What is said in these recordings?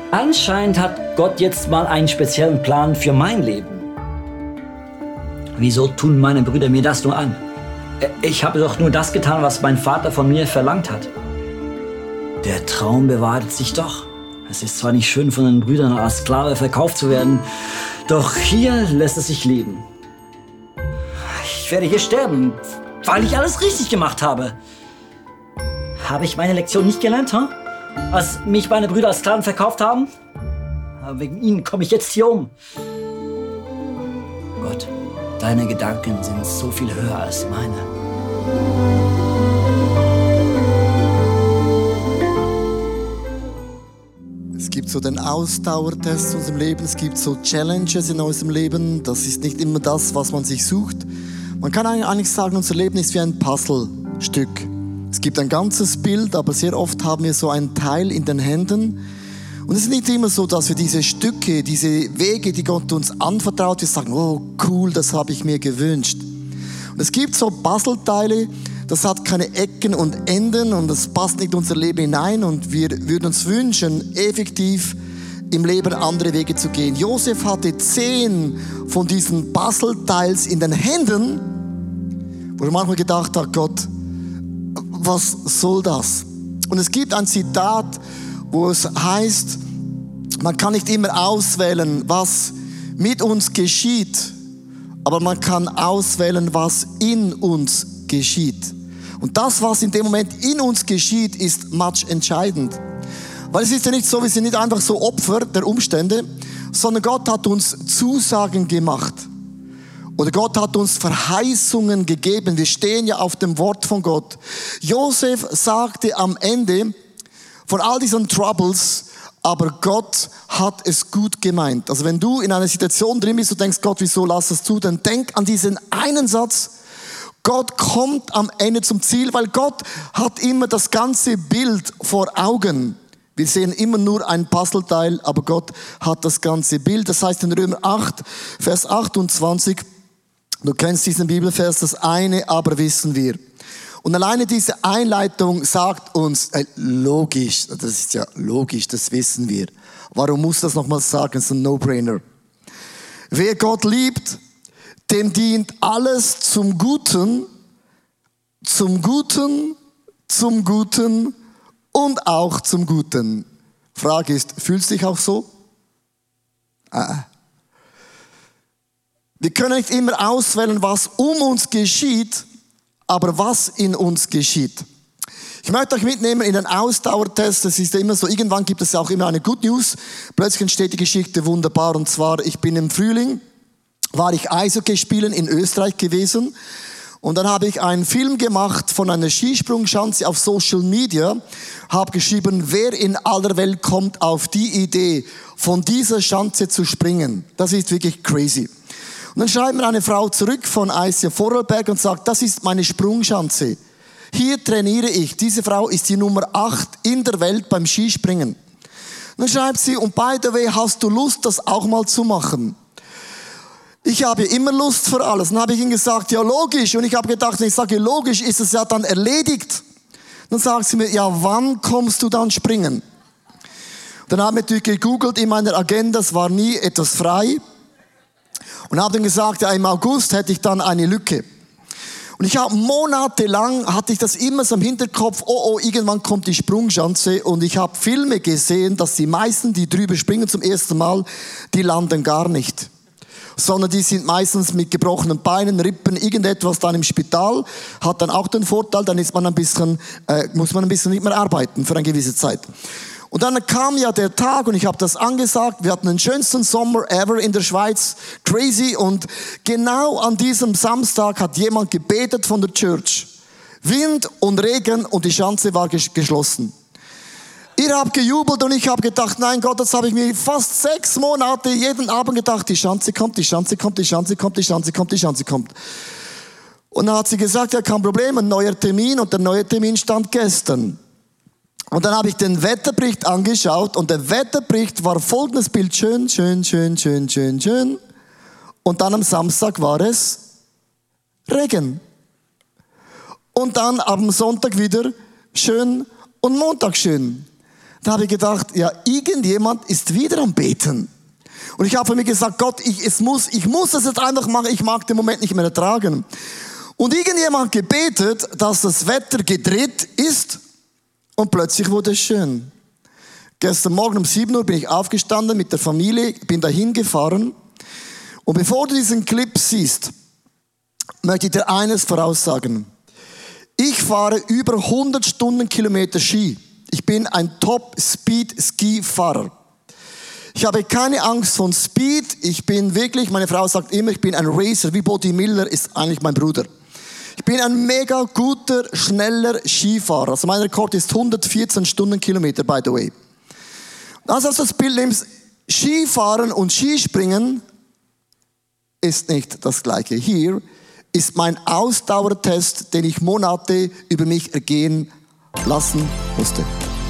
Anscheinend hat Gott jetzt mal einen speziellen Plan für mein Leben. Wieso tun meine Brüder mir das nur an? Ich habe doch nur das getan, was mein Vater von mir verlangt hat. Der Traum bewahrheitet sich doch. Es ist zwar nicht schön, von den Brüdern als Sklave verkauft zu werden, doch hier lässt es sich leben. Ich werde hier sterben, weil ich alles richtig gemacht habe. Habe ich meine Lektion nicht gelernt, als mich meine Brüder als Sklaven verkauft haben? Aber wegen ihnen komme ich jetzt hier um. Gott, deine Gedanken sind so viel höher als meine. Es gibt so den Ausdauertest in unserem Leben, es gibt so Challenges in unserem Leben. Das ist nicht immer das, was man sich sucht. Man kann eigentlich sagen, unser Leben ist wie ein Puzzlestück. Es gibt ein ganzes Bild, aber sehr oft haben wir so ein Teil in den Händen. Und es ist nicht immer so, dass wir diese Stücke, diese Wege, die Gott uns anvertraut, wir sagen, oh cool, das habe ich mir gewünscht. Und es gibt so Puzzleteile, das hat keine Ecken und Enden und das passt nicht in unser Leben hinein und wir würden uns wünschen, effektiv im Leben andere Wege zu gehen. Josef hatte 10 von diesen Puzzleteils in den Händen, wo er manchmal gedacht hat, Gott, was soll das? Und es gibt ein Zitat, wo es heißt, man kann nicht immer auswählen, was mit uns geschieht, aber man kann auswählen, was in uns geschieht. Und das, was in dem Moment in uns geschieht, ist entscheidend. Weil es ist ja nicht so, wir sind nicht einfach so Opfer der Umstände, sondern Gott hat uns Zusagen gemacht. Oder Gott hat uns Verheißungen gegeben. Wir stehen ja auf dem Wort von Gott. Josef sagte am Ende von all diesen Troubles, aber Gott hat es gut gemeint. Also wenn du in einer Situation drin bist und denkst, Gott, wieso lass es zu, dann denk an diesen einen Satz. Gott kommt am Ende zum Ziel, weil Gott hat immer das ganze Bild vor Augen. Wir sehen immer nur ein Puzzleteil, aber Gott hat das ganze Bild. Das heißt in Römer 8, Vers 28, du kennst diesen Bibelvers, das eine aber wissen wir. Und alleine diese Einleitung sagt uns, logisch, das ist ja logisch, das wissen wir. Warum muss das nochmal sagen? Das ist ein No-Brainer. Wer Gott liebt, dem dient alles zum Guten, zum Guten, zum Guten und auch zum Guten. Frage ist, fühlst du dich auch so? Wir können nicht immer auswählen, was um uns geschieht, aber was in uns geschieht. Ich möchte euch mitnehmen in den Ausdauertest. Das ist ja immer so, irgendwann gibt es auch immer eine Good News. Plötzlich entsteht die Geschichte wunderbar. Und zwar, ich bin im Frühling, war ich Eishockey spielen in Österreich gewesen. Und dann habe ich einen Film gemacht von einer Skisprungschanze auf Social Media. Habe geschrieben, wer in aller Welt kommt auf die Idee, von dieser Schanze zu springen. Das ist wirklich crazy. Und dann schreibt mir eine Frau zurück von ICF Vorarlberg und sagt, das ist meine Sprungschanze. Hier trainiere ich. Diese Frau ist die Nummer 8 in der Welt beim Skispringen. Und dann schreibt sie, und by the way, hast du Lust, das auch mal zu machen? Ich habe immer Lust für alles. Dann habe ich ihnen gesagt, ja logisch. Und ich habe gedacht, wenn ich sage logisch, ist es ja dann erledigt. Dann sagt sie mir, ja wann kommst du dann springen? Dann habe ich natürlich gegoogelt in meiner Agenda, es war nie etwas frei. Und habe dann gesagt, ja im August hätte ich dann eine Lücke. Und ich habe monatelang, hatte ich das immer so im Hinterkopf, oh, irgendwann kommt die Sprungschanze. Und ich habe Filme gesehen, dass die meisten, die drüber springen zum ersten Mal, die landen gar nicht. Sondern die sind meistens mit gebrochenen Beinen, Rippen, irgendetwas dann im Spital, hat dann auch den Vorteil, dann ist man muss man ein bisschen nicht mehr arbeiten für eine gewisse Zeit. Und dann kam ja der Tag und ich habe das angesagt, wir hatten den schönsten Sommer ever in der Schweiz, crazy, und genau an diesem Samstag hat jemand gebetet von der Church. Wind und Regen und die Schanze war geschlossen. Ihr habt gejubelt und ich habe gedacht, nein Gott, das habe ich mir fast 6 Monate jeden Abend gedacht, die Schanze kommt, die Schanze kommt, die Schanze kommt, die Schanze kommt, die Schanze kommt. Und dann hat sie gesagt, ja kein Problem, ein neuer Termin, und der neue Termin stand gestern. Und dann habe ich den Wetterbericht angeschaut und der Wetterbericht war folgendes Bild, schön, schön, schön, schön, schön, schön. Und dann am Samstag war es Regen. Und dann am Sonntag wieder schön und Montag schön. Da habe ich gedacht, ja, irgendjemand ist wieder am Beten. Und ich habe für mich gesagt, Gott, ich muss das jetzt einfach machen, ich mag den Moment nicht mehr ertragen. Und irgendjemand hat gebetet, dass das Wetter gedreht ist und plötzlich wurde es schön. Gestern Morgen um 7 Uhr bin ich aufgestanden mit der Familie, bin dahin gefahren. Und bevor du diesen Clip siehst, möchte ich dir eines voraussagen. Ich fahre über 100 Stundenkilometer Ski. Ich bin ein Top-Speed-Ski-Fahrer. Ich habe keine Angst von Speed. Ich bin wirklich, meine Frau sagt immer, ich bin ein Racer. Wie Body Miller ist eigentlich mein Bruder. Ich bin ein mega guter, schneller Skifahrer. Also mein Rekord ist 114 Stundenkilometer, by the way. Also als du das Bild nimmst, Skifahren und Skispringen ist nicht das Gleiche. Hier ist mein Ausdauertest, den ich Monate über mich ergehen lassen musste.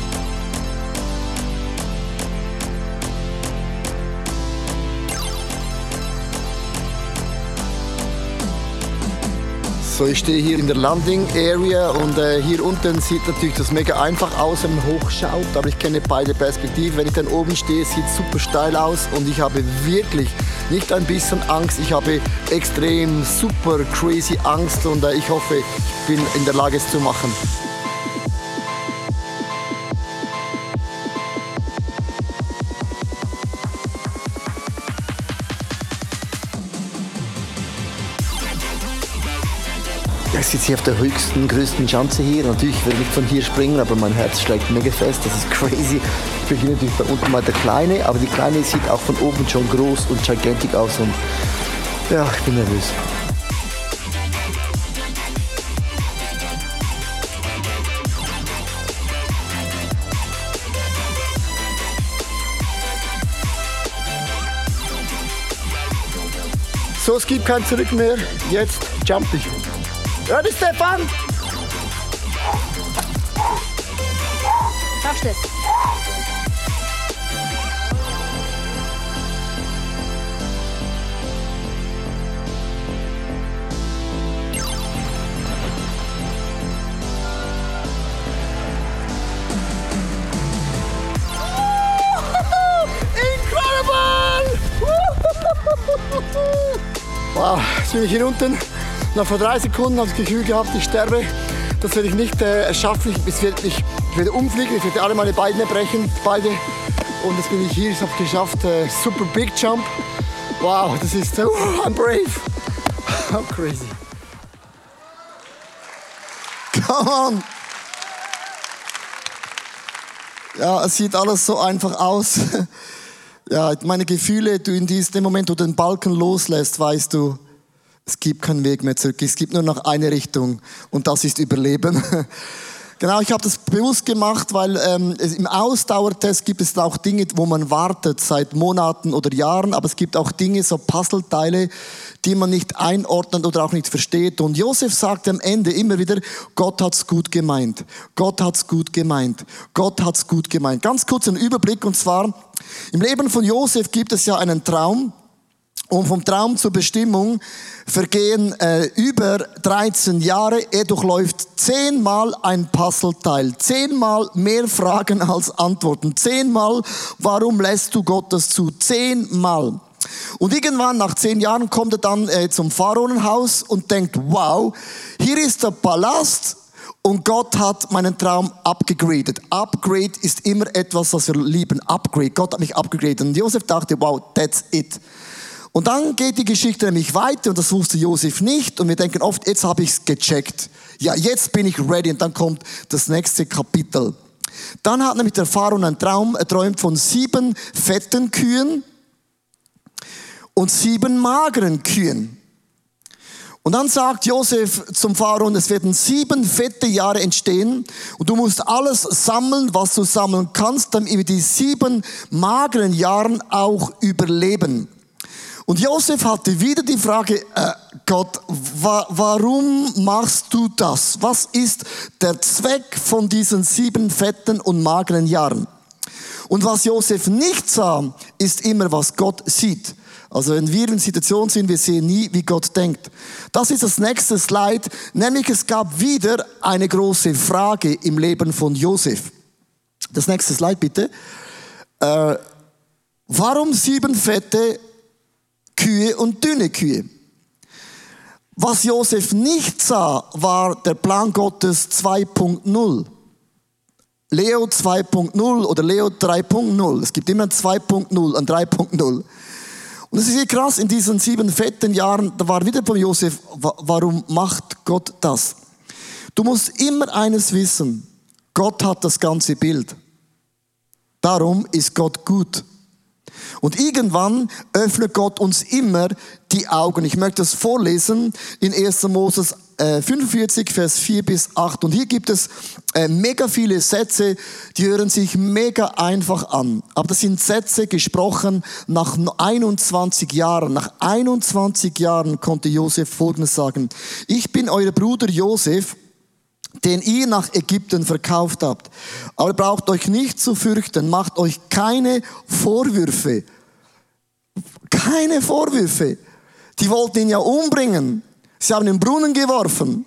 So, ich stehe hier in der Landing Area und hier unten sieht natürlich das mega einfach aus, wenn man hochschaut, aber ich kenne beide Perspektiven. Wenn ich dann oben stehe, sieht es super steil aus und ich habe wirklich nicht ein bisschen Angst, ich habe extrem super crazy Angst und ich hoffe, ich bin in der Lage, es zu machen. Ich sitze hier auf der höchsten, größten Schanze hier. Natürlich will ich von hier springen, aber mein Herz schlägt mega fest. Das ist crazy. Ich bin hier natürlich da unten mal der Kleine, aber die Kleine sieht auch von oben schon groß und gigantic aus. Und ja, ich bin nervös. So, es gibt kein Zurück mehr. Jetzt jump ich. Ready, Stefan? Schaffst du es? Incredible! Wow, jetzt bin ich hier unten. Noch vor 3 Sekunden habe ich das Gefühl gehabt, ich sterbe. Das werde ich nicht schaffen. Ich werde umfliegen, ich werde alle meine Beine brechen, beide. Und jetzt bin ich hier, ich habe es geschafft. Super Big Jump. Wow, das ist, I'm brave. I'm crazy. Come on. Ja, es sieht alles so einfach aus. Ja, meine Gefühle, du in dem Moment, wo du den Balken loslässt, weißt du, es gibt keinen Weg mehr zurück. Es gibt nur noch eine Richtung und das ist Überleben. Genau, ich habe das bewusst gemacht, weil im Ausdauertest gibt es auch Dinge, wo man wartet seit Monaten oder Jahren, aber es gibt auch Dinge, so Puzzleteile, die man nicht einordnet oder auch nicht versteht. Und Josef sagt am Ende immer wieder, Gott hat's gut gemeint. Gott hat's gut gemeint. Gott hat's gut gemeint. Ganz kurz ein Überblick, und zwar im Leben von Josef gibt es ja einen Traum. Und vom Traum zur Bestimmung vergehen über 13 Jahre. Er durchläuft 10-mal ein Puzzleteil. 10-mal mehr Fragen als Antworten. 10-mal, warum lässt du Gott das zu? 10-mal. Und irgendwann, nach 10 Jahren, kommt er dann zum Pharaonenhaus und denkt, wow, hier ist der Palast und Gott hat meinen Traum abgegradet. Upgrade ist immer etwas, was wir lieben. Upgrade. Gott hat mich abgegradet. Und Josef dachte, wow, that's it. Und dann geht die Geschichte nämlich weiter und das wusste Josef nicht und wir denken oft, jetzt habe ich es gecheckt. Ja, jetzt bin ich ready und dann kommt das nächste Kapitel. Dann hat nämlich der Pharao einen Traum, er träumt von 7 fetten Kühen und 7 mageren Kühen. Und dann sagt Josef zum Pharao, es werden 7 fette Jahre entstehen und du musst alles sammeln, was du sammeln kannst, damit wir die 7 mageren Jahre auch überleben. Und Josef hatte wieder die Frage, Gott, warum machst du das? Was ist der Zweck von diesen 7 fetten und mageren Jahren? Und was Josef nicht sah, ist immer, was Gott sieht. Also wenn wir in Situationen sind, wir sehen nie, wie Gott denkt. Das ist das nächste Slide, nämlich es gab wieder eine große Frage im Leben von Josef. Das nächste Slide bitte. Warum 7 fette Kühe und dünne Kühe? Was Josef nicht sah, war der Plan Gottes 2.0. Leo 2.0 oder Leo 3.0. Es gibt immer 2.0 und 3.0. Und es ist hier krass, in diesen 7 fetten Jahren, da war wieder von Josef, warum macht Gott das? Du musst immer eines wissen, Gott hat das ganze Bild. Darum ist Gott gut. Und irgendwann öffnet Gott uns immer die Augen. Ich möchte das vorlesen in 1. Moses 45, Vers 4 bis 8. Und hier gibt es mega viele Sätze, die hören sich mega einfach an. Aber das sind Sätze gesprochen nach 21 Jahren. Nach 21 Jahren konnte Josef Folgendes sagen. Ich bin euer Bruder Josef, den ihr nach Ägypten verkauft habt. Aber braucht euch nicht zu fürchten, macht euch keine Vorwürfe. Keine Vorwürfe. Die wollten ihn ja umbringen. Sie haben ihn in den Brunnen geworfen.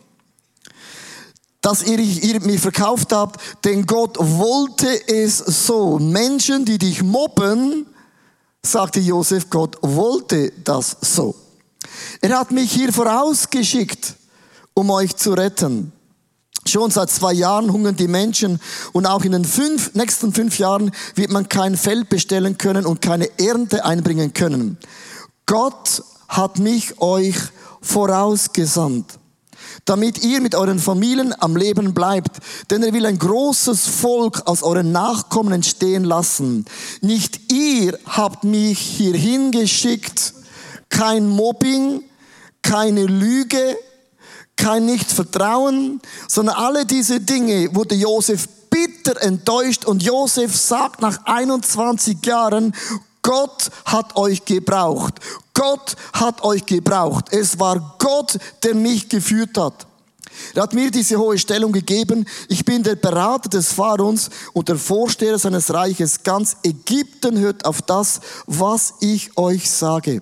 Dass ihr mich verkauft habt, denn Gott wollte es so. Menschen, die dich mobben, sagte Josef, Gott wollte das so. Er hat mich hier vorausgeschickt, um euch zu retten. Schon seit 2 Jahren hungern die Menschen und auch in den nächsten 5 Jahren wird man kein Feld bestellen können und keine Ernte einbringen können. Gott hat mich euch vorausgesandt, damit ihr mit euren Familien am Leben bleibt. Denn er will ein großes Volk aus euren Nachkommen entstehen lassen. Nicht ihr habt mich hierhin geschickt. Kein Mobbing, keine Lüge, kein Nichtvertrauen, sondern alle diese Dinge wurde Josef bitter enttäuscht und Josef sagt nach 21 Jahren, Gott hat euch gebraucht. Gott hat euch gebraucht. Es war Gott, der mich geführt hat. Er hat mir diese hohe Stellung gegeben. Ich bin der Berater des Pharaons und der Vorsteher seines Reiches. Ganz Ägypten hört auf das, was ich euch sage.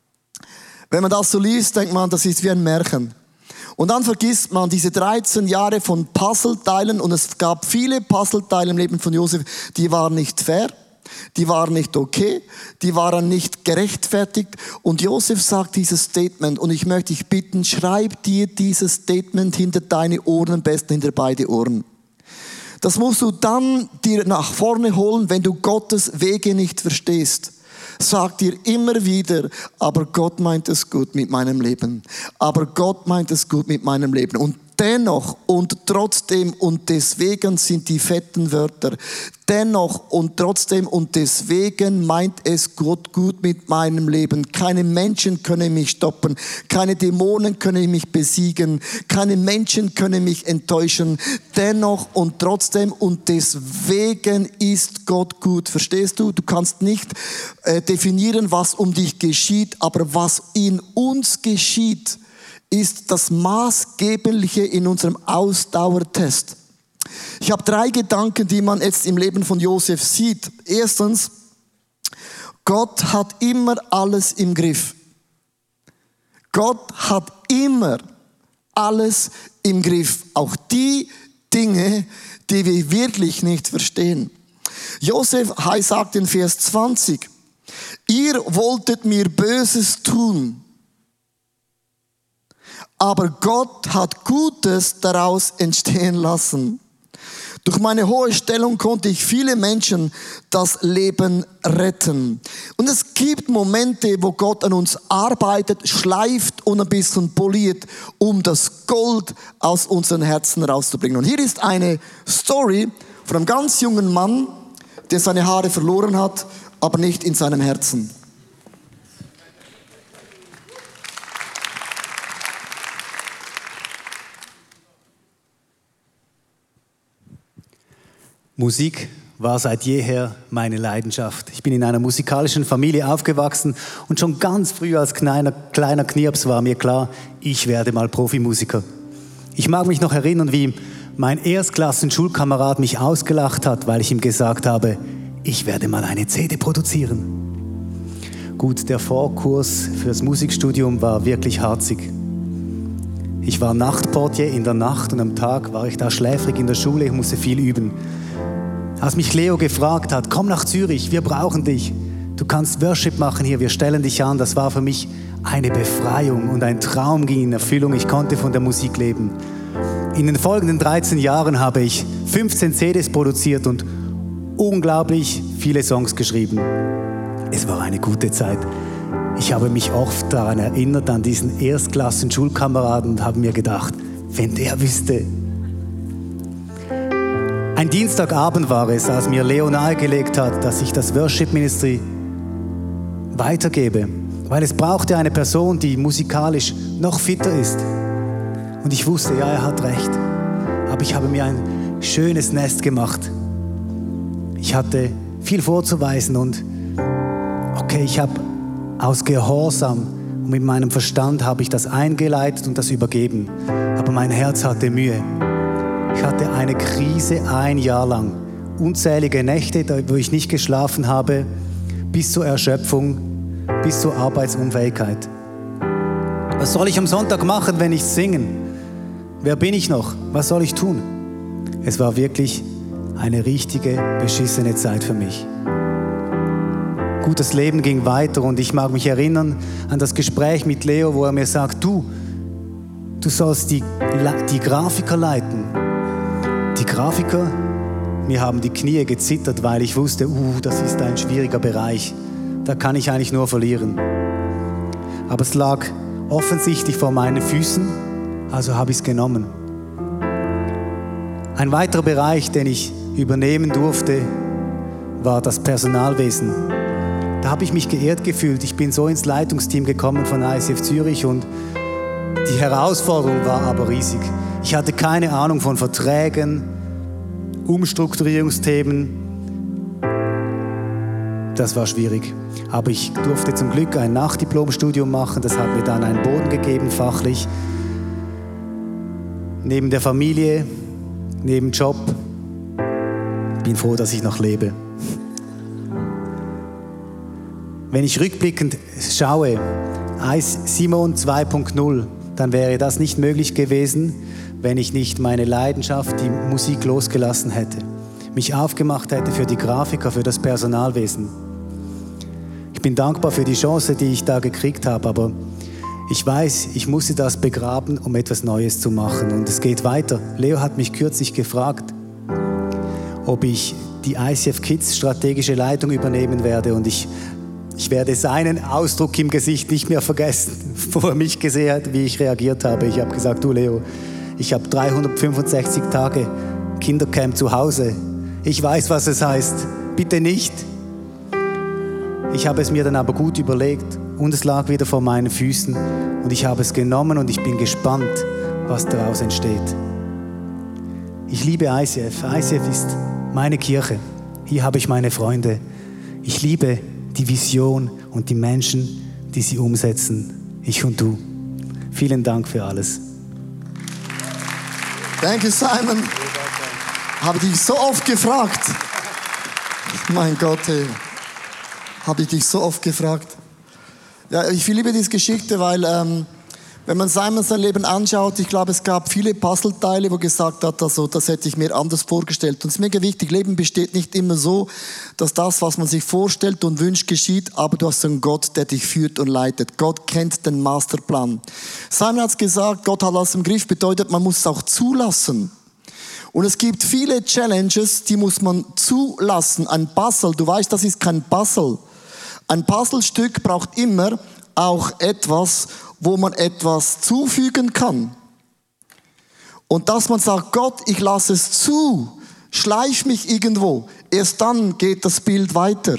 Wenn man das so liest, denkt man, das ist wie ein Märchen. Und dann vergisst man diese 13 Jahre von Puzzleteilen und es gab viele Puzzleteile im Leben von Josef, die waren nicht fair, die waren nicht okay, die waren nicht gerechtfertigt. Und Josef sagt dieses Statement und ich möchte dich bitten, schreib dir dieses Statement hinter deine Ohren, am besten hinter beide Ohren. Das musst du dann dir nach vorne holen, wenn du Gottes Wege nicht verstehst. Sag dir immer wieder, aber Gott meint es gut mit meinem Leben. Aber Gott meint es gut mit meinem Leben. Und dennoch und trotzdem und deswegen sind die fetten Wörter. Dennoch und trotzdem und deswegen meint es Gott gut mit meinem Leben. Keine Menschen können mich stoppen. Keine Dämonen können mich besiegen. Keine Menschen können mich enttäuschen. Dennoch und trotzdem und deswegen ist Gott gut. Verstehst du? Du kannst nicht definieren, was um dich geschieht, aber was in uns geschieht, ist das Maßgebliche in unserem Ausdauertest. Ich habe 3 Gedanken, die man jetzt im Leben von Josef sieht. Erstens, Gott hat immer alles im Griff. Gott hat immer alles im Griff. Auch die Dinge, die wir wirklich nicht verstehen. Josef sagt in Vers 20, ihr wolltet mir Böses tun, aber Gott hat Gutes daraus entstehen lassen. Durch meine hohe Stellung konnte ich viele Menschen das Leben retten. Und es gibt Momente, wo Gott an uns arbeitet, schleift und ein bisschen poliert, um das Gold aus unseren Herzen rauszubringen. Und hier ist eine Story von einem ganz jungen Mann, der seine Haare verloren hat, aber nicht in seinem Herzen. Musik war seit jeher meine Leidenschaft. Ich bin in einer musikalischen Familie aufgewachsen und schon ganz früh als kleiner Knirps war mir klar, ich werde mal Profimusiker. Ich mag mich noch erinnern, wie mein Erstklassen-Schulkamerad mich ausgelacht hat, weil ich ihm gesagt habe, ich werde mal eine CD produzieren. Gut, der Vorkurs fürs Musikstudium war wirklich harzig. Ich war Nachtportier in der Nacht und am Tag war ich da schläfrig in der Schule, ich musste viel üben. Als mich Leo gefragt hat, komm nach Zürich, wir brauchen dich. Du kannst Worship machen hier, wir stellen dich an. Das war für mich eine Befreiung und ein Traum ging in Erfüllung. Ich konnte von der Musik leben. In den folgenden 13 Jahren habe ich 15 CDs produziert und unglaublich viele Songs geschrieben. Es war eine gute Zeit. Ich habe mich oft daran erinnert, an diesen Erstklassen-Schulkameraden und habe mir gedacht, wenn der wüsste. Ein Dienstagabend war es, als mir Leo nahegelegt hat, dass ich das Worship Ministry weitergebe, weil es brauchte eine Person, die musikalisch noch fitter ist. Und ich wusste, ja, er hat recht. Aber ich habe mir ein schönes Nest gemacht. Ich hatte viel vorzuweisen und okay, ich habe aus Gehorsam und mit meinem Verstand habe ich das eingeleitet und das übergeben. Aber mein Herz hatte Mühe. Ich hatte eine Krise 1 Jahr lang. Unzählige Nächte, wo ich nicht geschlafen habe, bis zur Erschöpfung, bis zur Arbeitsunfähigkeit. Was soll ich am Sonntag machen, wenn nicht singen? Wer bin ich noch? Was soll ich tun? Es war wirklich eine richtige, beschissene Zeit für mich. Gut, das Leben ging weiter und ich mag mich erinnern an das Gespräch mit Leo, wo er mir sagt, du sollst die Grafiker leiten. Die Grafiker, mir haben die Knie gezittert, weil ich wusste, das ist ein schwieriger Bereich. Da kann ich eigentlich nur verlieren. Aber es lag offensichtlich vor meinen Füßen, also habe ich es genommen. Ein weiterer Bereich, den ich übernehmen durfte, war das Personalwesen. Da habe ich mich geehrt gefühlt. Ich bin so ins Leitungsteam gekommen von ICF Zürich und die Herausforderung war aber riesig. Ich hatte keine Ahnung von Verträgen, Umstrukturierungsthemen. Das war schwierig. Aber ich durfte zum Glück ein Nachdiplomstudium machen. Das hat mir dann einen Boden gegeben, fachlich. Neben der Familie, neben Job. Ich bin froh, dass ich noch lebe. Wenn ich rückblickend schaue, Simon 2.0, dann wäre das nicht möglich gewesen, wenn ich nicht meine Leidenschaft, die Musik losgelassen hätte. Mich aufgemacht hätte für die Grafiker, für das Personalwesen. Ich bin dankbar für die Chance, die ich da gekriegt habe, aber ich weiß, ich musste das begraben, um etwas Neues zu machen. Und es geht weiter. Leo hat mich kürzlich gefragt, ob ich die ICF Kids strategische Leitung übernehmen werde. Und ich werde seinen Ausdruck im Gesicht nicht mehr vergessen, wo er mich gesehen hat, wie ich reagiert habe. Ich habe gesagt, du Leo, ich habe 365 Tage Kindercamp zu Hause. Ich weiß, was es heißt. Bitte nicht. Ich habe es mir dann aber gut überlegt und es lag wieder vor meinen Füßen und ich habe es genommen und ich bin gespannt, was daraus entsteht. Ich liebe ICF. ICF ist meine Kirche. Hier habe ich meine Freunde. Ich liebe die Vision und die Menschen, die sie umsetzen. Ich und du. Vielen Dank für alles. Danke, Simon. Habe dich so oft gefragt. Mein Gott, ey. Habe ich dich so oft gefragt. Ja, ich liebe diese Geschichte, weil wenn man Simon sein Leben anschaut, ich glaube, es gab viele Puzzleteile, wo er gesagt hat, also, das hätte ich mir anders vorgestellt. Und es ist mega wichtig, Leben besteht nicht immer so, dass das, was man sich vorstellt und wünscht, geschieht, aber du hast einen Gott, der dich führt und leitet. Gott kennt den Masterplan. Simon hat es gesagt, Gott hat alles im Griff, bedeutet, man muss es auch zulassen. Und es gibt viele Challenges, die muss man zulassen. Ein Puzzle, du weißt, das ist kein Puzzle. Ein Puzzlestück braucht immer auch etwas, wo man etwas zufügen kann. Und dass man sagt, Gott, ich lasse es zu, schleif mich irgendwo. Erst dann geht das Bild weiter.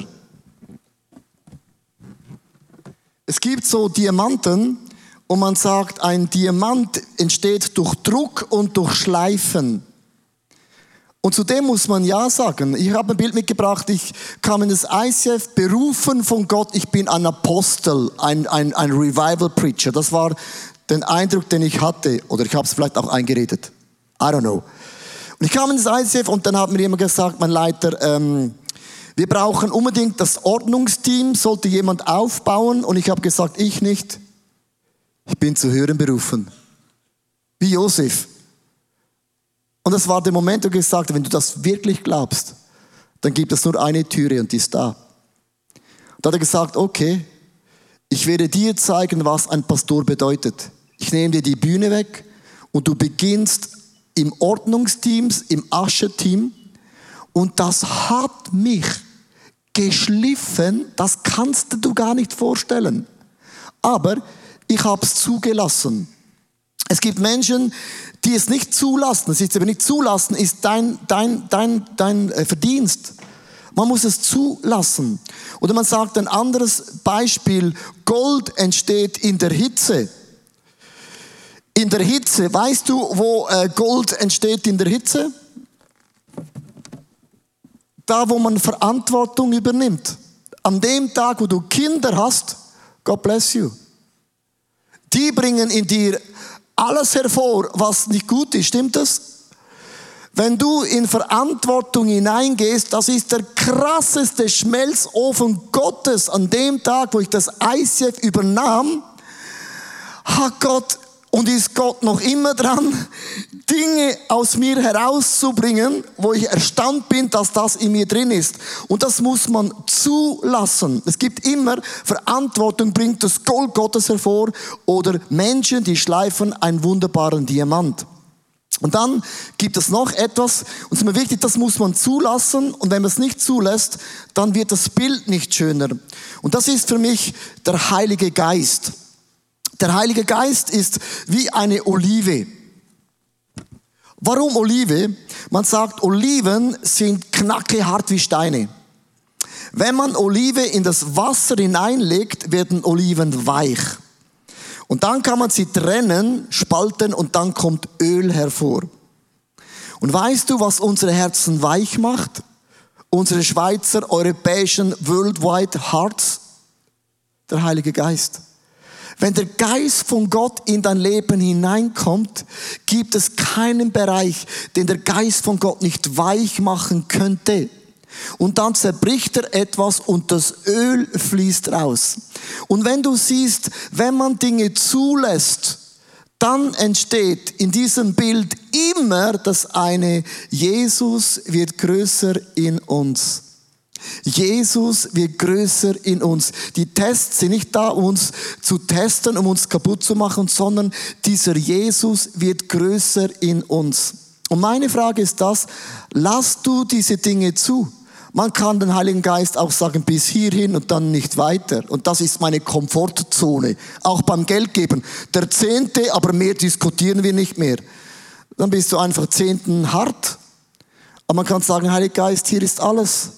Es gibt so Diamanten und man sagt, ein Diamant entsteht durch Druck und durch Schleifen. Und zu dem muss man Ja sagen. Ich habe ein Bild mitgebracht, ich kam in das ICF, berufen von Gott, ich bin ein Apostel, ein Revival-Preacher. Das war der Eindruck, den ich hatte. Oder ich habe es vielleicht auch eingeredet. I don't know. Und ich kam in das ICF und dann hat mir jemand gesagt, mein Leiter, wir brauchen unbedingt das Ordnungsteam, sollte jemand aufbauen. Und ich habe gesagt, ich nicht. Ich bin zu hören berufen. Wie Josef. Und das war der Moment, wo ich gesagt habe, wenn du das wirklich glaubst, dann gibt es nur eine Türe und die ist da. Und da hat er gesagt, okay, ich werde dir zeigen, was ein Pastor bedeutet. Ich nehme dir die Bühne weg und du beginnst im Ordnungsteam, im Asche-Team. Und das hat mich geschliffen, das kannst du gar nicht vorstellen. Aber ich habe es zugelassen. Es gibt Menschen, die es nicht zulassen. Das ist aber nicht zulassen, ist dein Verdienst. Man muss es zulassen. Oder man sagt ein anderes Beispiel, Gold entsteht in der Hitze. In der Hitze, weißt du, wo Gold entsteht in der Hitze? Da, wo man Verantwortung übernimmt. An dem Tag, wo du Kinder hast, God bless you. Die bringen in dir alles hervor, was nicht gut ist. Stimmt das? Wenn du in Verantwortung hineingehst, das ist der krasseste Schmelzofen Gottes. An dem Tag, wo ich das ICF übernahm, hat Gott und ist Gott noch immer dran, Dinge aus mir herauszubringen, wo ich erstaunt bin, dass das in mir drin ist. Und das muss man zulassen. Es gibt immer Verantwortung, bringt das Gold Gottes hervor oder Menschen, die schleifen einen wunderbaren Diamant. Und dann gibt es noch etwas, und es ist mir wichtig, das muss man zulassen, und wenn man es nicht zulässt, dann wird das Bild nicht schöner. Und das ist für mich der Heilige Geist. Der Heilige Geist ist wie eine Olive. Warum Olive? Man sagt, Oliven sind knackehart wie Steine. Wenn man Olive in das Wasser hineinlegt, werden Oliven weich. Und dann kann man sie trennen, spalten und dann kommt Öl hervor. Und weißt du, was unsere Herzen weich macht? Unsere Schweizer, europäischen, worldwide Hearts? Der Heilige Geist. Wenn der Geist von Gott in dein Leben hineinkommt, gibt es keinen Bereich, den der Geist von Gott nicht weich machen könnte. Und dann zerbricht er etwas und das Öl fließt raus. Und wenn du siehst, wenn man Dinge zulässt, dann entsteht in diesem Bild immer das eine, Jesus wird größer in uns. Jesus wird größer in uns. Die Tests sind nicht da, um uns zu testen, um uns kaputt zu machen, sondern dieser Jesus wird größer in uns. Und meine Frage ist das, lass du diese Dinge zu? Man kann den Heiligen Geist auch sagen, bis hierhin und dann nicht weiter. Und das ist meine Komfortzone. Auch beim Geldgeben. Der Zehnte, aber mehr diskutieren wir nicht mehr. Dann bist du einfach Zehnten hart. Aber man kann sagen, Heiliger Geist, hier ist alles.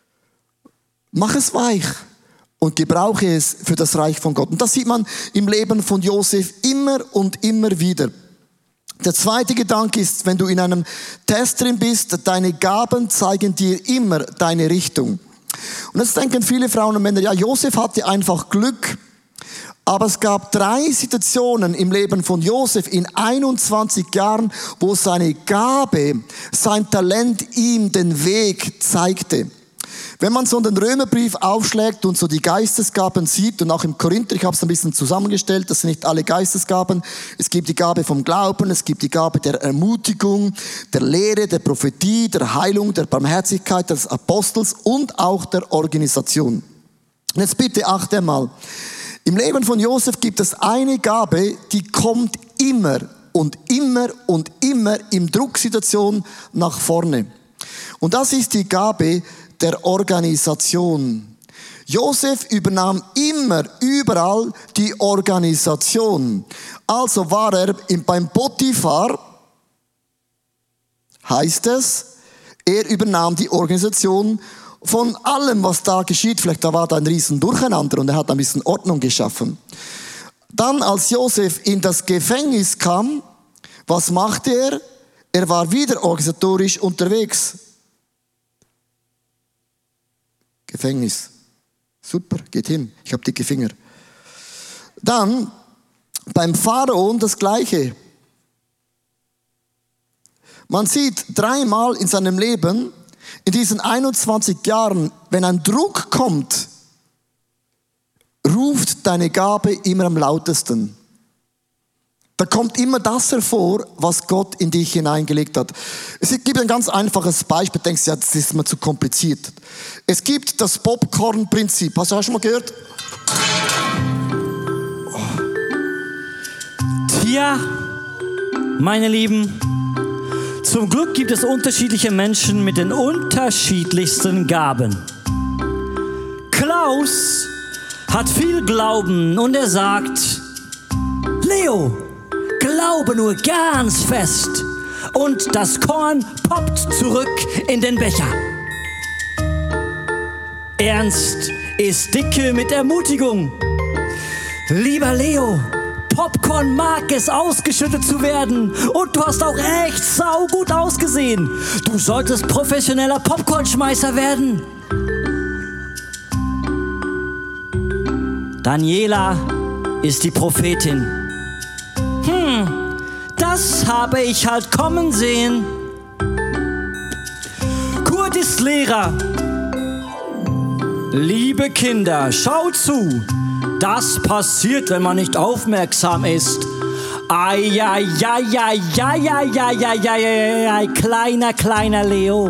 Mach es weich und gebrauche es für das Reich von Gott. Und das sieht man im Leben von Josef immer und immer wieder. Der zweite Gedanke ist, wenn du in einem Test drin bist, deine Gaben zeigen dir immer deine Richtung. Und jetzt denken viele Frauen und Männer, ja, Josef hatte einfach Glück. Aber es gab 3 Situationen im Leben von Josef in 21 Jahren, wo seine Gabe, sein Talent ihm den Weg zeigte. Wenn man so den Römerbrief aufschlägt und so die Geistesgaben sieht und auch im Korinther, ich habe es ein bisschen zusammengestellt, das sind nicht alle Geistesgaben. Es gibt die Gabe vom Glauben, es gibt die Gabe der Ermutigung, der Lehre, der Prophetie, der Heilung, der Barmherzigkeit, des Apostels und auch der Organisation. Und jetzt bitte achte mal, im Leben von Josef gibt es eine Gabe, die kommt immer und immer und immer in Drucksituationen nach vorne. Und das ist die Gabe der Organisation. Josef übernahm immer, überall die Organisation. Also war er beim Potiphar, heißt es, er übernahm die Organisation von allem, was da geschieht. Vielleicht da war da ein riesen Durcheinander und er hat ein bisschen Ordnung geschaffen. Dann, als Josef in das Gefängnis kam, was machte er? Er war wieder organisatorisch unterwegs. Gefängnis. Super, geht hin. Ich habe dicke Finger. Dann beim Pharaon das Gleiche. Man sieht 3-mal in seinem Leben, in diesen 21 Jahren, wenn ein Druck kommt, ruft deine Gabe immer am lautesten. Da kommt immer das hervor, was Gott in dich hineingelegt hat. Es gibt ein ganz einfaches Beispiel. Du denkst, ja, das ist mir zu kompliziert. Es gibt das Popcorn-Prinzip. Hast du auch schon mal gehört? Tja, meine Lieben, zum Glück gibt es unterschiedliche Menschen mit den unterschiedlichsten Gaben. Klaus hat viel Glauben und er sagt, Leo, glaube nur ganz fest und das Korn poppt zurück in den Becher. Ernst ist dicke mit Ermutigung. Lieber Leo, Popcorn mag es, ausgeschüttet zu werden und du hast auch echt saugut ausgesehen. Du solltest professioneller Popcornschmeißer werden. Daniela ist die Prophetin. Das habe ich halt kommen sehen. Kurt ist Lehrer. Liebe Kinder, schaut zu. Das passiert, wenn man nicht aufmerksam ist. Kleiner Leo.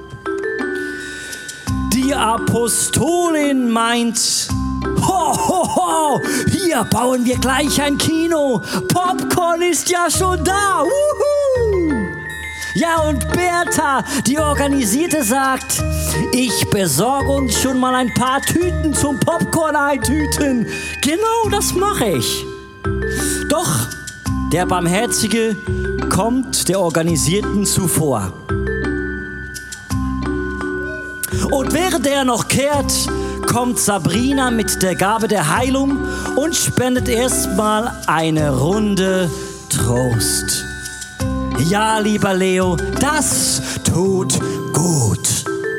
Die Apostolin meint, ho, hier bauen wir gleich ein Kino. Popcorn ist ja schon da. Wuhu. Ja, und Bertha, die Organisierte, sagt, ich besorge uns schon mal ein paar Tüten zum Popcorn eintüten. Genau, das mache ich. Doch der Barmherzige kommt der Organisierten zuvor. Und während er noch kehrt, kommt Sabrina mit der Gabe der Heilung und spendet erstmal eine Runde Trost. Ja, lieber Leo, das tut gut.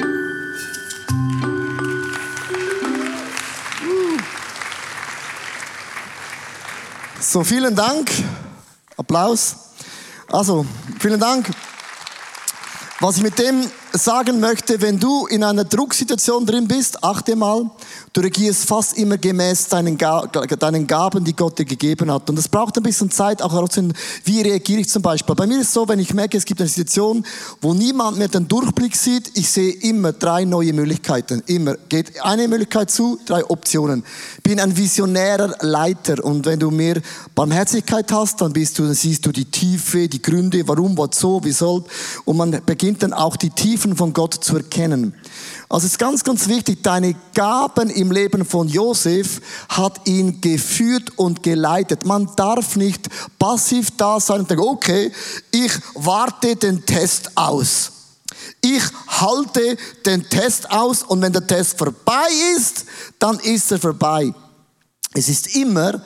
So, vielen Dank. Applaus. Also, vielen Dank. Was ich mit dem sagen möchte, wenn du in einer Drucksituation drin bist, achte mal, du regierst fast immer gemäß deinen Gaben, die Gott dir gegeben hat. Und es braucht ein bisschen Zeit, auch herauszufinden, wie reagiere ich zum Beispiel. Bei mir ist es so, wenn ich merke, es gibt eine Situation, wo niemand mehr den Durchblick sieht, ich sehe immer 3 neue Möglichkeiten. Immer. Geht eine Möglichkeit zu, 3 Optionen. Ich bin ein visionärer Leiter und wenn du mehr Barmherzigkeit hast, dann siehst du die Tiefe, die Gründe, warum, was, so, wieso. Und man beginnt dann auch die Tiefen von Gott zu erkennen. Also es ist ganz, ganz wichtig, deine Gaben im Leben von Josef hat ihn geführt und geleitet. Man darf nicht passiv da sein und denken, okay, ich warte den Test aus. Ich halte den Test aus und wenn der Test vorbei ist, dann ist er vorbei. Es ist immer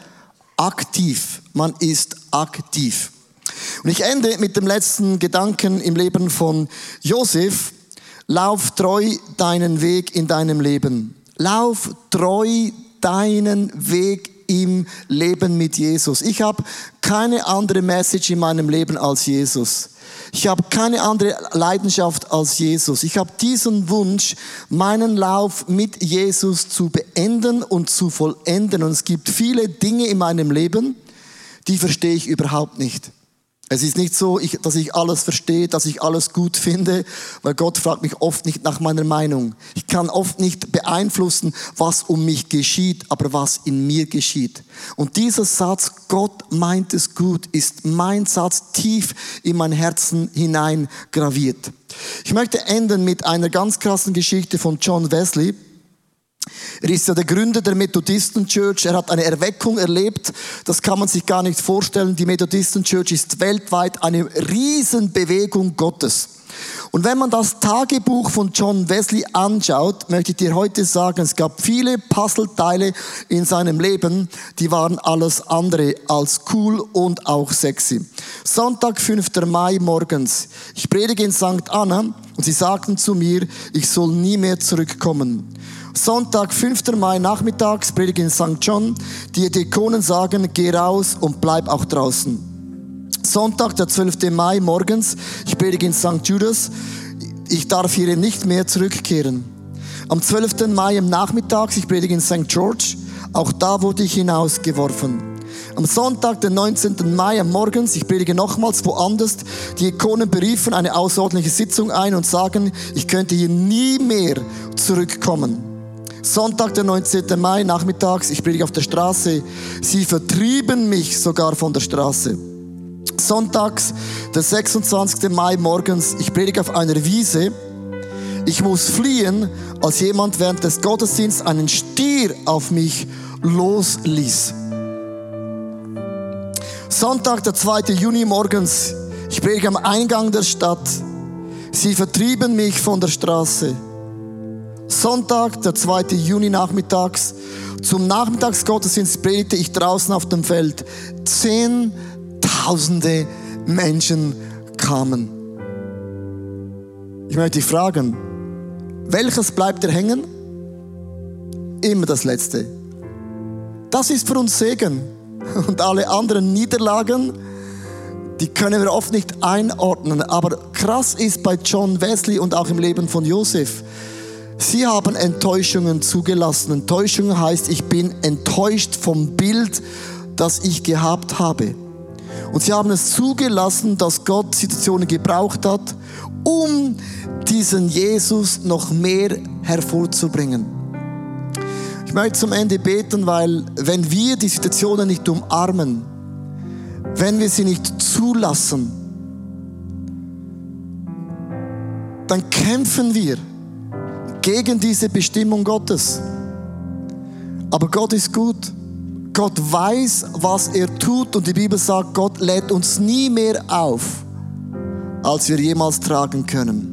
aktiv. Man ist aktiv. Und ich ende mit dem letzten Gedanken im Leben von Josef. Lauf treu deinen Weg in deinem Leben. Lauf treu deinen Weg im Leben mit Jesus. Ich habe keine andere Message in meinem Leben als Jesus. Ich habe keine andere Leidenschaft als Jesus. Ich habe diesen Wunsch, meinen Lauf mit Jesus zu beenden und zu vollenden. Und es gibt viele Dinge in meinem Leben, die verstehe ich überhaupt nicht. Es ist nicht so, dass ich alles verstehe, dass ich alles gut finde, weil Gott fragt mich oft nicht nach meiner Meinung. Ich kann oft nicht beeinflussen, was um mich geschieht, aber was in mir geschieht. Und dieser Satz, Gott meint es gut, ist mein Satz tief in mein Herzen hinein graviert. Ich möchte enden mit einer ganz krassen Geschichte von John Wesley. Er ist ja der Gründer der Methodisten Church. Er hat eine Erweckung erlebt. Das kann man sich gar nicht vorstellen. Die Methodisten Church ist weltweit eine Riesenbewegung Gottes. Und wenn man das Tagebuch von John Wesley anschaut, möchte ich dir heute sagen, es gab viele Puzzleteile in seinem Leben, die waren alles andere als cool und auch sexy. Sonntag, 5. Mai morgens. Ich predige in St. Anna und sie sagten zu mir, ich soll nie mehr zurückkommen. Sonntag, 5. Mai nachmittags, predige in St. John. Die Diakonen sagen, geh raus und bleib auch draußen. Sonntag, der 12. Mai morgens, ich predige in St. Judas. Ich darf hier nicht mehr zurückkehren. Am 12. Mai im Nachmittags, ich predige in St. George. Auch da wurde ich hinausgeworfen. Am Sonntag, den 19. Mai, am Morgens, ich predige nochmals woanders, die Ikonen beriefen eine außerordentliche Sitzung ein und sagen, ich könnte hier nie mehr zurückkommen. Sonntag, der 19. Mai, nachmittags, ich predige auf der Straße, sie vertrieben mich sogar von der Straße. Sonntags, der 26. Mai, morgens, ich predige auf einer Wiese, ich muss fliehen, als jemand während des Gottesdienstes einen Stier auf mich losließ. Sonntag, der 2. Juni morgens, ich predige am Eingang der Stadt. Sie vertrieben mich von der Straße. Sonntag, der 2. Juni nachmittags, zum Nachmittagsgottesdienst predigte ich draußen auf dem Feld. Zehntausende Menschen kamen. Ich möchte dich fragen, welches bleibt dir hängen? Immer das Letzte. Das ist für uns Segen. Und alle anderen Niederlagen, die können wir oft nicht einordnen. Aber krass ist bei John Wesley und auch im Leben von Josef, sie haben Enttäuschungen zugelassen. Enttäuschung heißt, ich bin enttäuscht vom Bild, das ich gehabt habe. Und sie haben es zugelassen, dass Gott Situationen gebraucht hat, um diesen Jesus noch mehr hervorzubringen. Ich möchte zum Ende beten, weil wenn wir die Situationen nicht umarmen, wenn wir sie nicht zulassen, dann kämpfen wir gegen diese Bestimmung Gottes. Aber Gott ist gut. Gott weiß, was er tut und die Bibel sagt, Gott lädt uns nie mehr auf, als wir jemals tragen können.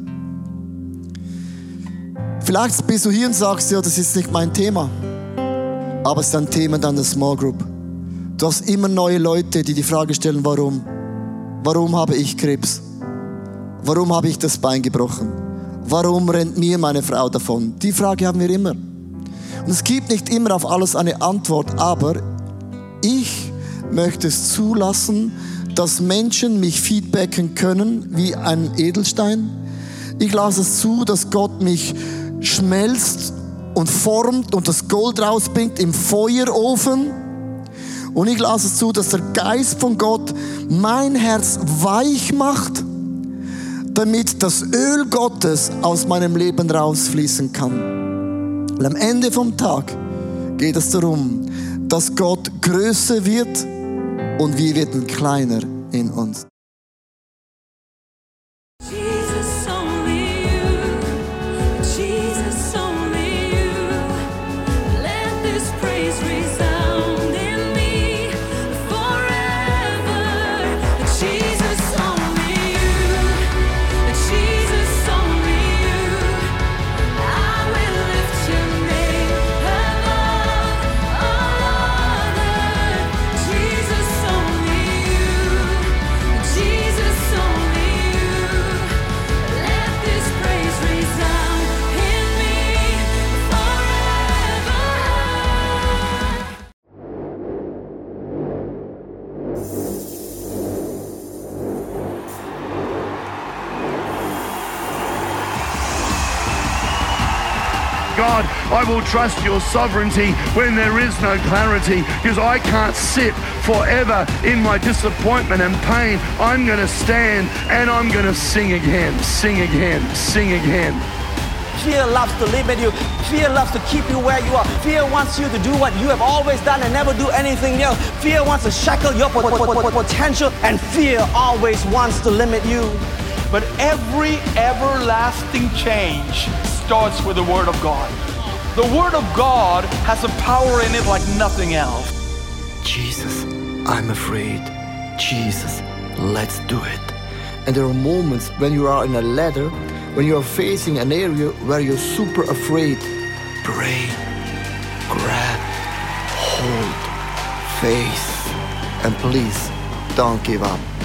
Vielleicht bist du hier und sagst, ja, das ist nicht mein Thema. Aber es ist ein Thema deiner Small Group. Du hast immer neue Leute, die die Frage stellen, warum? Warum habe ich Krebs? Warum habe ich das Bein gebrochen? Warum rennt mir meine Frau davon? Die Frage haben wir immer. Und es gibt nicht immer auf alles eine Antwort, aber ich möchte es zulassen, dass Menschen mich feedbacken können wie ein Edelstein. Ich lasse es zu, dass Gott mich schmelzt und formt und das Gold rausbringt im Feuerofen. Und ich lasse es zu, dass der Geist von Gott mein Herz weich macht, damit das Öl Gottes aus meinem Leben rausfließen kann. Und am Ende vom Tag geht es darum, dass Gott größer wird und wir werden kleiner in uns. God, I will trust your sovereignty when there is no clarity, because I can't sit forever in my disappointment and pain. I'm going to stand and I'm going to sing again, sing again, sing again. Fear loves to limit you. Fear loves to keep you where you are. Fear wants you to do what you have always done and never do anything else. Fear wants to shackle your potential, and fear always wants to limit you. But every everlasting change starts with the Word of God. The Word of God has a power in it like nothing else. Jesus, I'm afraid. Jesus, let's do it. And there are moments when you are in a ladder, when you are facing an area where you're super afraid. Pray, grab, hold, face, and please don't give up.